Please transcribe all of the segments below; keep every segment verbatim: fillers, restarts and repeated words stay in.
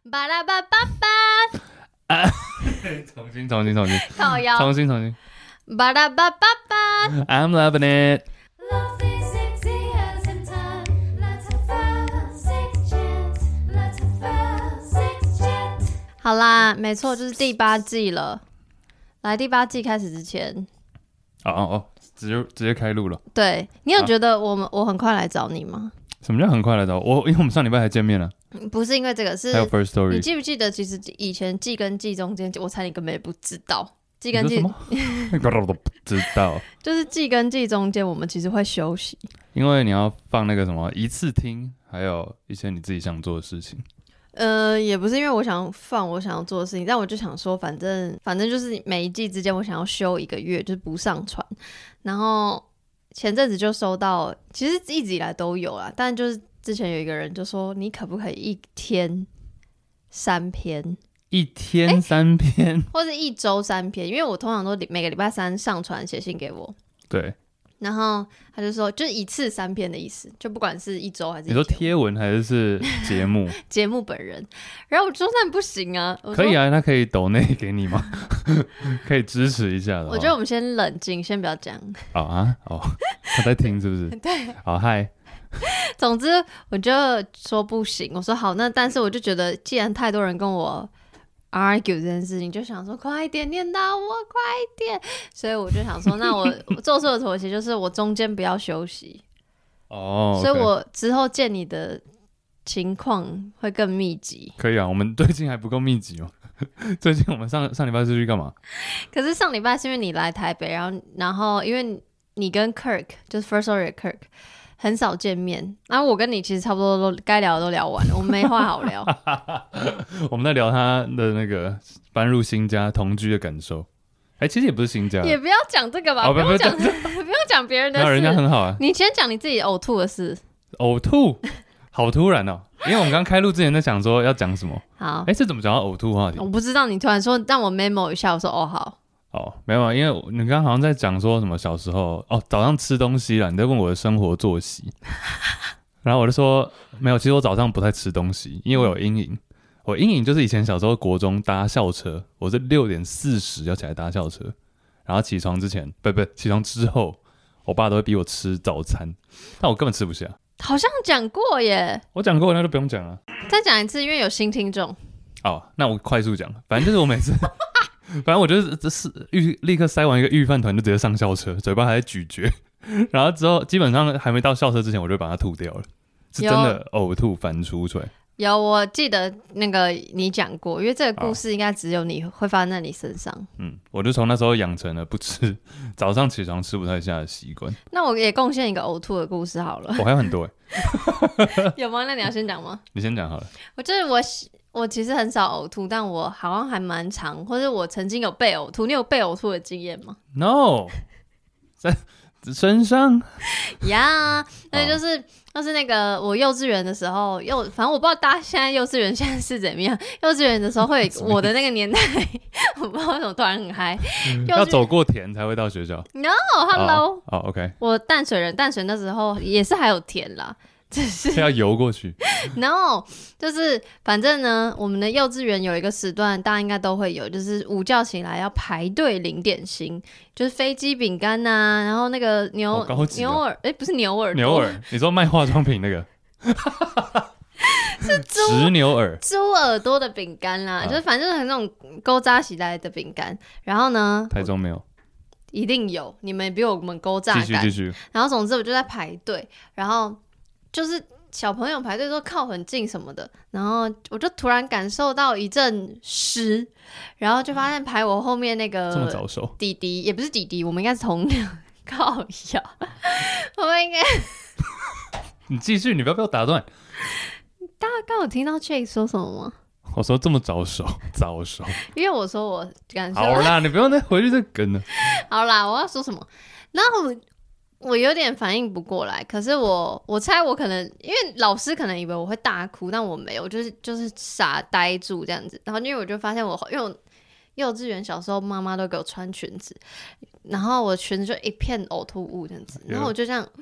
巴拉巴巴巴。 啊，重新重新重新靠腰重新重新巴拉巴巴巴。 I'm loving it。 Love is sexy as in time. Let's have a sex chat. Let's have a sex chat. 好啦，没错，就是第八季了。来，第八季开始之前， 哦哦哦，直接直接开录了。 对你有觉得我们我很快来找你吗？ 什么叫很快来到我？因为我们上礼拜还见面了， 不是因为这个，是还有 First 你 Story。 记不记得，其实以前季跟季中间，我猜你根本也不知道。季跟季你说什么？我都不知道， 就是季跟季中间，我们其实会休息。 因为你要放那个什么一次听，还有一些你自己想做的事情。 呃，也不是因为我想放我想要做的事情，但我就想说，反正反正就是每一季之间，我想要休一个月，就是不上传。然后前阵子就收到，其实一直以来都有啦，但就是之前有一个人就说，你可不可以一天三篇？ 一天三篇， 或者一周三篇，因为我通常都每个礼拜三上传写信给我， 对， 然后他就说就是一次三篇的意思，就不管是一周还是一你说天贴文还是是节目？ 节目本人，然后我就说那不行啊，我说可以啊，他可以抖内给你吗？可以支持一下的话。 我觉得我们先冷静，先不要讲。 哦啊哦，他在听是不是？ 对， 好嗨， 总之我就说不行，我说好，那但是我就觉得既然太多人跟我argue 这件事情，就想说快一点念到我，快一点，所以我就想说，那我做出的妥协就是我中间不要休息， 哦， 所以 OK 我之后见你的情况会更密集。 可以啊，我们最近还不够密集哦。最近我们上上礼拜是去干嘛？ 可是上礼拜是因为你来台北，然后然后因为你跟 Kirk 就是 First Story 的 Kirk 很少见面，然后我跟你其实差不多都该聊的都聊完了，我们没话好聊。 我们在聊他的那个搬入新家同居的感受。哎、欸，其实也不是新家， 也不要讲这个吧， 哦、 不用讲， 不要不用讲别人的没有人家事。 很好啊。 你先讲你自己呕吐的事。 呕吐，好突然哦！因为我们刚开录之前在想说要讲什么。 好， 哎、欸，这怎么讲到呕吐话题？ 我不知道你突然说让我 memo 一下，我说哦好。 哦，没有，因为你刚刚好像在讲说什么小时候哦，早上吃东西啦，你在问我的生活作息，然后我就说没有，其实我早上不太吃东西，因为我有阴影。我阴影就是以前小时候国中搭校车，我是六点四十要起来搭校车，然后起床之前，不不，起床之后，我爸都会逼我吃早餐，但我根本吃不下。 好像讲过耶， 我讲过，那就不用讲了。 再讲一次，因为有新听众。 哦，那我快速讲，反正就是我每次。反正我就是这是预立刻塞完一个预饭团就直接上校车，嘴巴还在咀嚼，然后之后基本上还没到校车之前我就把它吐掉了，是真的呕吐反刍出来。 有，我记得那个你讲过，因为这个故事应该只有你会发生在你身上。 嗯，我就从那时候养成了不吃早上起床吃不太下的习惯。 那我也贡献一个呕吐的故事好了。 我还有很多哎， 有吗？那你要先讲吗？ 你先讲好了。 我就是我。我其实很少呕吐，但我好像还蛮常，或者我曾经有被呕吐。你有被呕吐的经验吗 ？No， 在身上呀， yeah, 那就是就是那个我幼稚园的时候，幼反正我不知道大家现在幼稚园现在是怎么样。幼稚园的时候会有我的那个年代，我不知道为什么突然很嗨、 嗯。要走过田才会到学校。 No，Hello， 哦、oh, ，OK， 我淡水人，淡水那时候也是还有田啦。只是要游过去， 然后就是反正呢，我们的幼稚园有一个时段，大家应该都会有，就是午觉起来要排队领点心，就是飞机饼干呐，然后那个牛、 哦、 牛耳，哎、欸，不是牛耳， 牛耳，你说卖化妆品那个？ 是猪直牛耳， 猪耳朵的饼干啦，啊、就是反正很那种勾扎起来的饼干。然后呢， 台中没有， 一定有，你们比我们勾扎感。 继续继续。 然后总之我就在排队，然后。就是小朋友排队都靠很近什么的，然后我就突然感受到一阵湿，然后就发现排我后面那个这么早熟弟弟，也不是弟弟，我们应该是同僚，靠腰，我们应该你继续，你不要被我打断。 大家刚有听到 Jake 说什么吗？ 我说这么早熟，早熟， 因为我说我感受好啦，你不用再回去这梗了。 好啦，我要说什么？然后我。我有点反应不过来，可是我我猜我可能因为老师可能以为我会大哭，但我没有，就是就是傻呆住这样子。然后因为我就发现我因为我幼稚园小时候妈妈都给我穿裙子，然后我裙子就一片呕吐物这样子，然后我就这样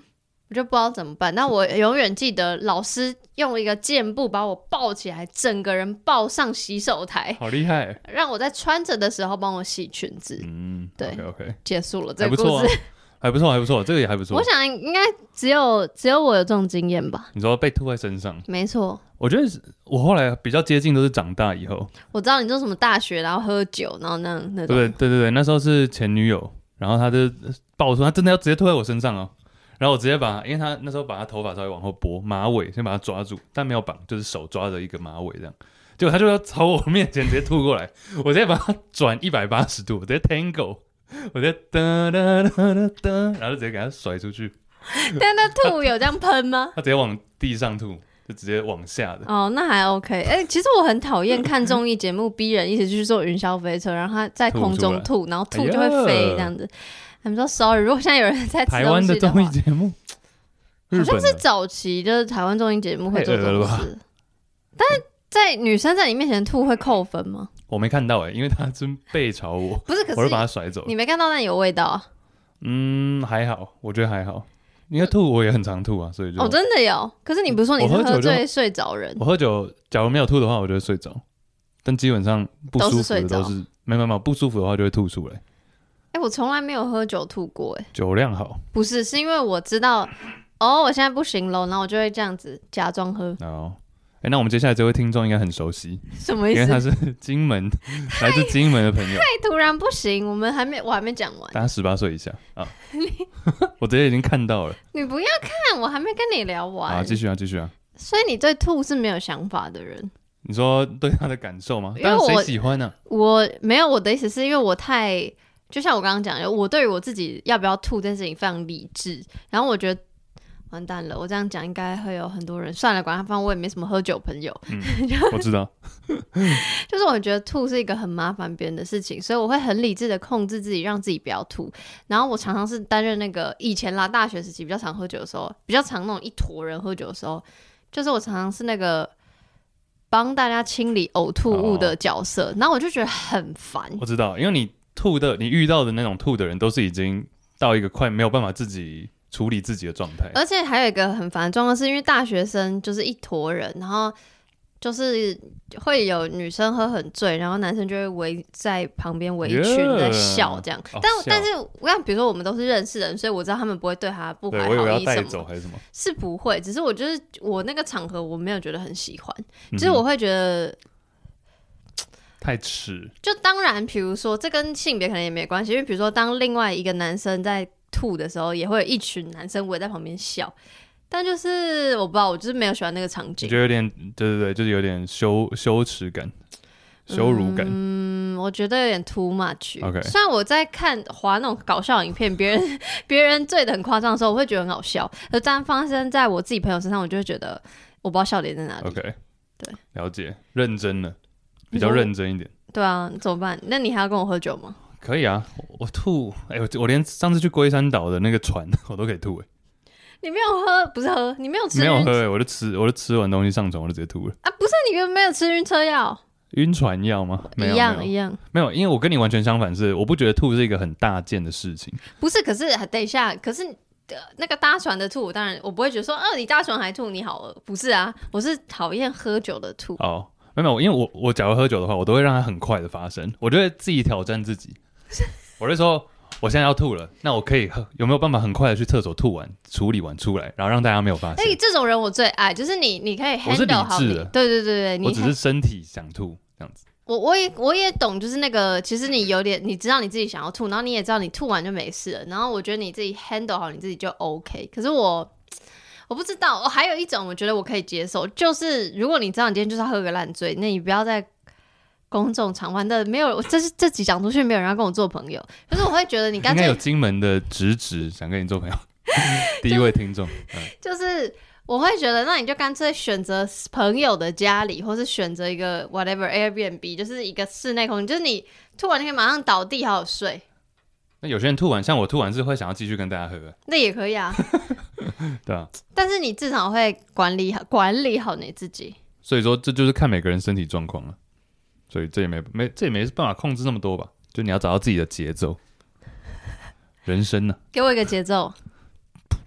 我就不知道怎么办。但我永远记得老师用一个箭步把我抱起来，整个人抱上洗手台， 好厉害。 让我在穿着的时候帮我洗裙子。 嗯， 对 ，OK OK， 结束了这还不错啊个故事。， 还不错，还不错，这个也还不错。 我想应该只有只有我有这种经验吧。 你说被吐在身上， 没错， 我觉得是我后来比较接近都是长大以后， 我知道你做什么大学，然后喝酒，然后那样那种。 对对对对，那时候是前女友，然后她就抱我说她真的要直接吐在我身上哦，然后我直接把她，因为她那时候把她头发稍微往后拨，马尾先把她抓住，但没有绑，就是手抓着一个马尾这样，结果她就要朝我面前直接吐过来，我直接把她转一百八十度，我直接 tango， 我直接哒哒哒哒哒，然后就直接给她甩出去， 但那吐有这样喷吗？ 她直接往地上吐，就直接往下的。 哦，那还 OK。哎、欸，其实我很讨厌看综艺节目逼人一起去坐云霄飞车，然后他在空中吐，然后吐就会飞这样子。I'm so sorry， 如果现在有人在吃台湾的综艺节目， 好像是早期就是台湾综艺节目会做这种事，但是在女生在你面前吐会扣分吗？ 我没看到哎、欸，因为他真背朝我， 不是，可是我就把他甩走。 你没看到，但有味道啊。 嗯，还好，我觉得还好。因为吐我也很常吐啊，所以就哦，真的有。可是你不是说你是喝醉睡着人？ 我喝酒，假如没有吐的话，我就会睡着。但基本上不舒服的都是没有没有不舒服的话就会吐出来。 哎、欸，我从来没有喝酒吐过、欸，哎， 酒量好。 不是，是因为我知道，哦，我现在不行了，然后我就会这样子假装喝。 哦，哎、欸，那我们接下来这位听众应该很熟悉， 什么意思？ 因为他是金门来自金门的朋友。 太突然不行，我们还没，我还没讲完。 大家十八岁以下啊，我直接已经看到了。 你不要看，我还没跟你聊完。 啊，继续啊，继续啊。 所以你对吐是没有想法的人？ 你说对他的感受吗？当然谁喜欢呢、啊？ 我没有，我的意思是因为我太，就像我刚刚讲的，我对于我自己要不要吐这件事情非常理智。然后我觉得完蛋了，我这样讲应该会有很多人算了，管他，反正我也没什么喝酒朋友。 嗯，我知道。 就是我觉得吐是一个很麻烦别人的事情，所以我会很理智的控制自己，让自己不要吐。然后我常常是担任那个以前啦，大学时期比较常喝酒的时候，比较常那种一坨人喝酒的时候，就是我常常是那个帮大家清理呕吐物的角色，哦、然后我就觉得很烦。 我知道，因为你吐的，你遇到的那种吐的人，都是已经到一个快没有办法自己处理自己的状态。 而且还有一个很烦的状况，是因为大学生就是一坨人，然后就是会有女生喝很醉，然后男生就会围在旁边围群在笑这样。Yeah! 但、哦、但是我看，比如说我们都是认识人，所以我知道他们不会对他不怀好意什么。 我以为要带走还是什么？ 是不会，只是我就是我那个场合我没有觉得很喜欢，嗯、就是我会觉得太迟。 就当然，比如说这跟性别可能也没关系，因为比如说当另外一个男生在吐的时候，也会有一群男生围在旁边笑。但就是我不知道，我就是没有喜欢那个场景， 我觉得有点，对对对，就是有点羞羞耻感、羞辱感。 嗯，我觉得有点 too much。OK， 虽然我在看滑那种搞笑影片，别人别人醉得很夸张的时候，我会觉得很好笑，而但发生在我自己朋友身上，我就会觉得我不知道笑点在哪里。 OK， 对， 了解，认真了，比较认真一点。 对啊，怎么办？那你还要跟我喝酒吗？ 可以啊，我, 我吐，哎、欸，我我连上次去龟山岛的那个船我都可以吐、欸， 你没有喝，不是喝，你没有吃， 没有喝、欸，我就吃，我就吃完东西上船，我就直接吐了。 啊，不是，你原本没有吃晕车药、 晕船药吗？没有， 一样一样， 没有，因为我跟你完全相反是，是我不觉得吐是一个很大件的事情。 不是，可是等一下，可是、呃、那个搭船的吐，当然我不会觉得说，哦、呃，你搭船还吐，你好饿，不是啊，我是讨厌喝酒的吐。 哦，没有，因为我我假如喝酒的话，我都会让它很快的发生，我就会自己挑战自己，我就说。我现在要吐了，那我可以有没有办法很快的去厕所吐完、处理完出来，然后让大家没有发现？ 哎，这种人我最爱，就是你，你可以 handle 好你。对对对对，你我只是身体想吐这样子。 我我也我也懂，就是那个，其实你有点，你知道你自己想要吐，然后你也知道你吐完就没事了，然后我觉得你自己 handle 好你自己就 OK。可是我我不知道，我还有一种我觉得我可以接受，就是如果你知道你今天就是要喝个烂醉，那你不要再。公众场玩的没有，这是这集讲出去没有人要跟我做朋友，就是我会觉得你干脆应该有金门的直直想跟你做朋友，第一位听众，嗯、 就是我会觉得那你就干脆选择朋友的家里，或是选择一个 whatever Airbnb， 就是一个室内空间，就是你吐完你可以马上倒地好好睡。 那有些人吐完，像我吐完是会想要继续跟大家喝， 那也可以啊， 对啊， 但是你至少会管理好管理好你自己。 所以说这就是看每个人身体状况了。所以这也没没这也没办法控制那么多吧，就你要找到自己的节奏。人生呢、啊？ 给我一个节奏。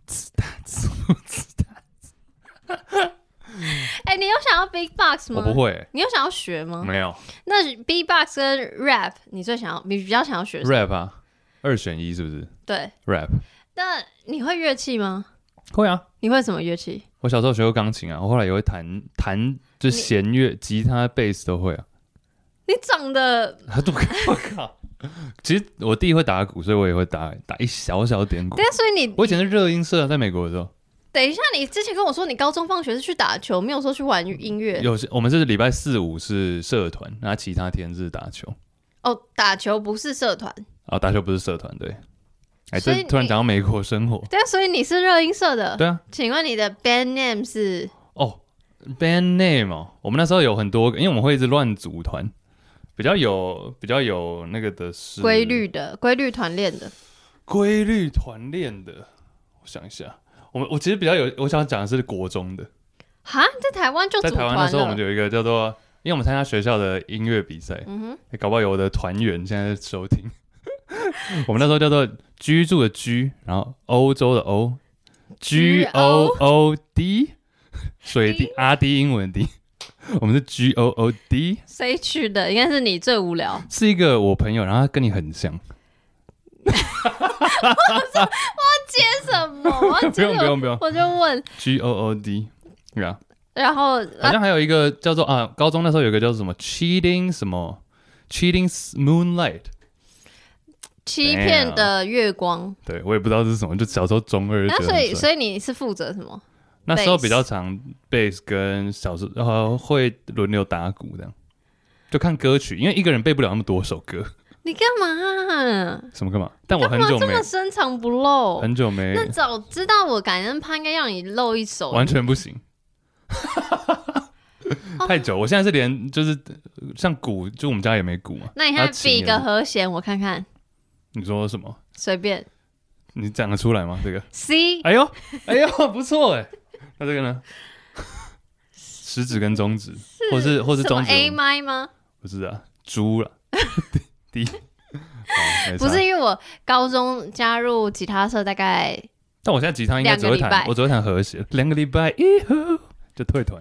子弹子子弹， 哎、欸，你有想要 Big Box 吗？ 我不会、欸， 你有想要学吗？ 没有那 Big Box 跟 Rap， 你最想要，你比较想要学什么 rap 啊，二选一是不是对， ？rap 那你会乐器吗？ 会啊， 你会什么乐器？ 我小时候学过钢琴啊，我后来也会弹弹，就弦乐、吉他、贝斯都会啊。 你长得， 我靠！其实我弟会打鼓，所以我也会打打一小小点鼓。 但所以你， 我以前是热音社，在美国的时候。 等一下，你之前跟我说你高中放学是去打球，没有说去玩音乐。 有我们是礼拜四五是社团，然后其他天是打球。 哦，打球不是社团。 哦，打球不是社团，对。哎， 所以这突然讲到美国生活。 对啊，所以你是热音社的。 对啊。 请问你的 band name 是？ 哦 ，band name 哦，我们那时候有很多个，因为我们会一直乱组团。比较有比较有那个的是规律的规律团练的规律团练的，我想一下，我们我其实比较有我想讲的是国中的， 哈，在台湾就组在台湾团那时候我们就有一个叫做，因为我们参加学校的音乐比赛， 嗯哼， 欸搞不好有我的团员现在在收听，我们那时候叫做居住的居，然后欧洲的欧 ，G O O D， 水滴阿 D 英文 D。我们是 G O O D， 谁取的？应该是你最无聊。 是一个我朋友，然后他跟你很像。 我要接什么？我要接什么不用不用不用， 我就问 G O O D， 对啊。 然后好像还有一个叫做啊，高中那时候有一个叫做什么 cheating 什么 cheating moonlight， 欺骗的月光。 对我也不知道这是什么，就小时候中二就觉得很帅。 那所以所以你是负责什么？ 那时候比较常 bass 跟小时候、呃、会轮流打鼓这样，就看歌曲，因为一个人背不了那么多首歌。 你干嘛？ 什么干嘛？但我很久没这么深藏不露， 很久没， 那早知道我感恩趴应该让你露一手， 完全不行。太久，我现在是连就是像鼓，就我们家也没鼓嘛。 那你还比个和弦，我看看。 你说什么？ 随便。 你讲得出来吗？这个 C。 哎呦，哎呦，不错哎。那这个呢？食指跟中指，或是或是中指 A 麦吗？ 不是啊，猪了。D。 不是因为我高中加入吉他社，大概。 但我现在吉他应该只会弹，我只会弹和弦。两个礼拜以后就退团。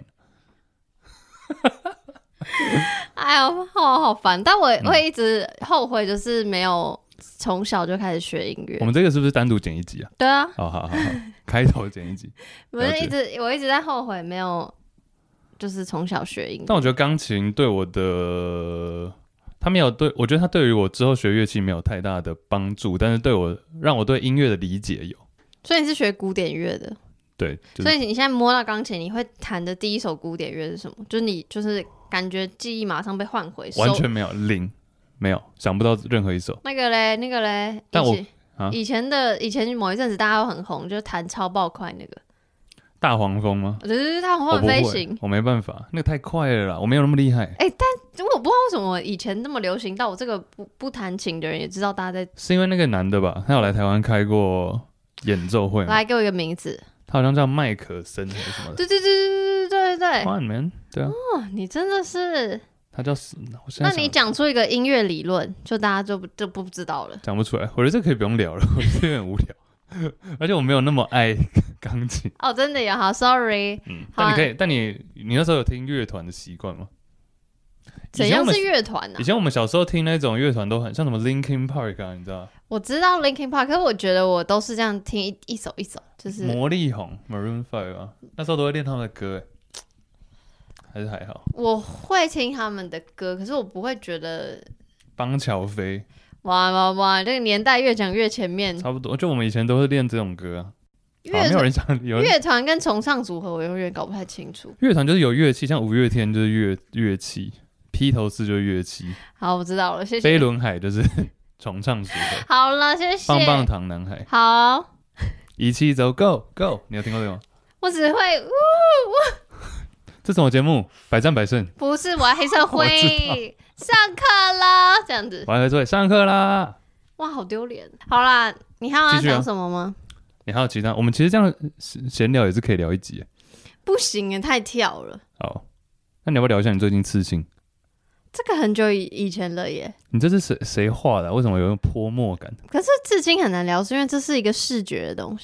哎呦，好好烦！但我会一直后悔，就是没有从小就开始学音乐。 我们这个是不是单独剪一集啊？ 对啊。 好好好好，开头剪一集。 我就一直我一直在后悔没有，就是从小学音乐。 但我觉得钢琴对我的，他没有对我觉得他对于我之后学乐器没有太大的帮助，但是对我让我对音乐的理解有。 所以你是学古典乐的。 对，就是、 所以你现在摸到钢琴，你会弹的第一首古典乐是什么？就是你就是感觉记忆马上被唤回， 完全没有零，没有想不到任何一首。 那个嘞，那个嘞， 但我以前、 啊、 以前的以前某一阵子大家都很红，就是弹超爆快那个大黄蜂吗？ 对对对，大黄蜂飞行我，我没办法，那个太快了啦，我没有那么厉害。 哎、欸，但我不知道为什么以前那么流行，到我这个不不弹琴的人也知道大家在。 是因为那个男的吧？他有来台湾开过演奏会吗？ 来，给我一个名字。 他好像叫麦克森还是什么的。 对对对对对对对。 Fun man， 对啊。 哦，你真的是。 他叫…… 那你讲出一个音乐理论，就大家就不就不知道了。 讲不出来，我觉得这可以不用聊了，我觉得有点无聊。而且我没有那么爱钢琴。 哦，真的有，好 ，sorry。 嗯，但你可以，但你你那时候有听乐团的习惯吗？ 怎样是乐团呢？ 以前我们小时候听那种乐团都很像什么 Linkin Park 啊，你知道？ 我知道 Linkin Park， 可是我觉得我都是这样听 一, 一首一首，就是魔力红 Maroon Five 啊，那时候都会练他们的歌，还是还好。 我会听他们的歌，可是我不会觉得。 邦乔飞， 哇哇哇！这个年代越讲越前面。 差不多，就我们以前都会练这种歌啊。 乐没有人讲乐团跟重唱组合，我永远搞不太清楚。 乐团就是有乐器，像五月天就是乐乐器。披头士就是乐器， 好，我知道了，谢谢。 飞轮海就是重唱组合， 好了，谢谢。 棒棒糖男孩， 好， 一起走 ，Go Go， 你有听过这个吗？ 我只会呜呜。 这什么节目？百战百胜？ 不是，我要黑社会。上课啦，这样子。 我要黑社会，上课啦。 哇，好丢脸。好啦，你还要讲什么吗？ 你还有其他？我们其实这样闲聊也是可以聊一集。 不行耶，太跳了。 好，那你要不要聊一下你最近刺青？ 这个很久以前了耶。 你这是谁谁画的、啊？为什么有种泼墨感？ 可是刺青很难聊，是因为这是一个视觉的东西。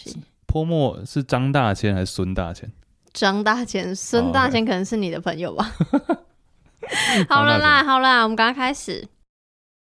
泼墨是张大千还是孙大千？ 张大千、孙大千可能是你的朋友吧？ 张大好了啦，好啦，我们赶快开始。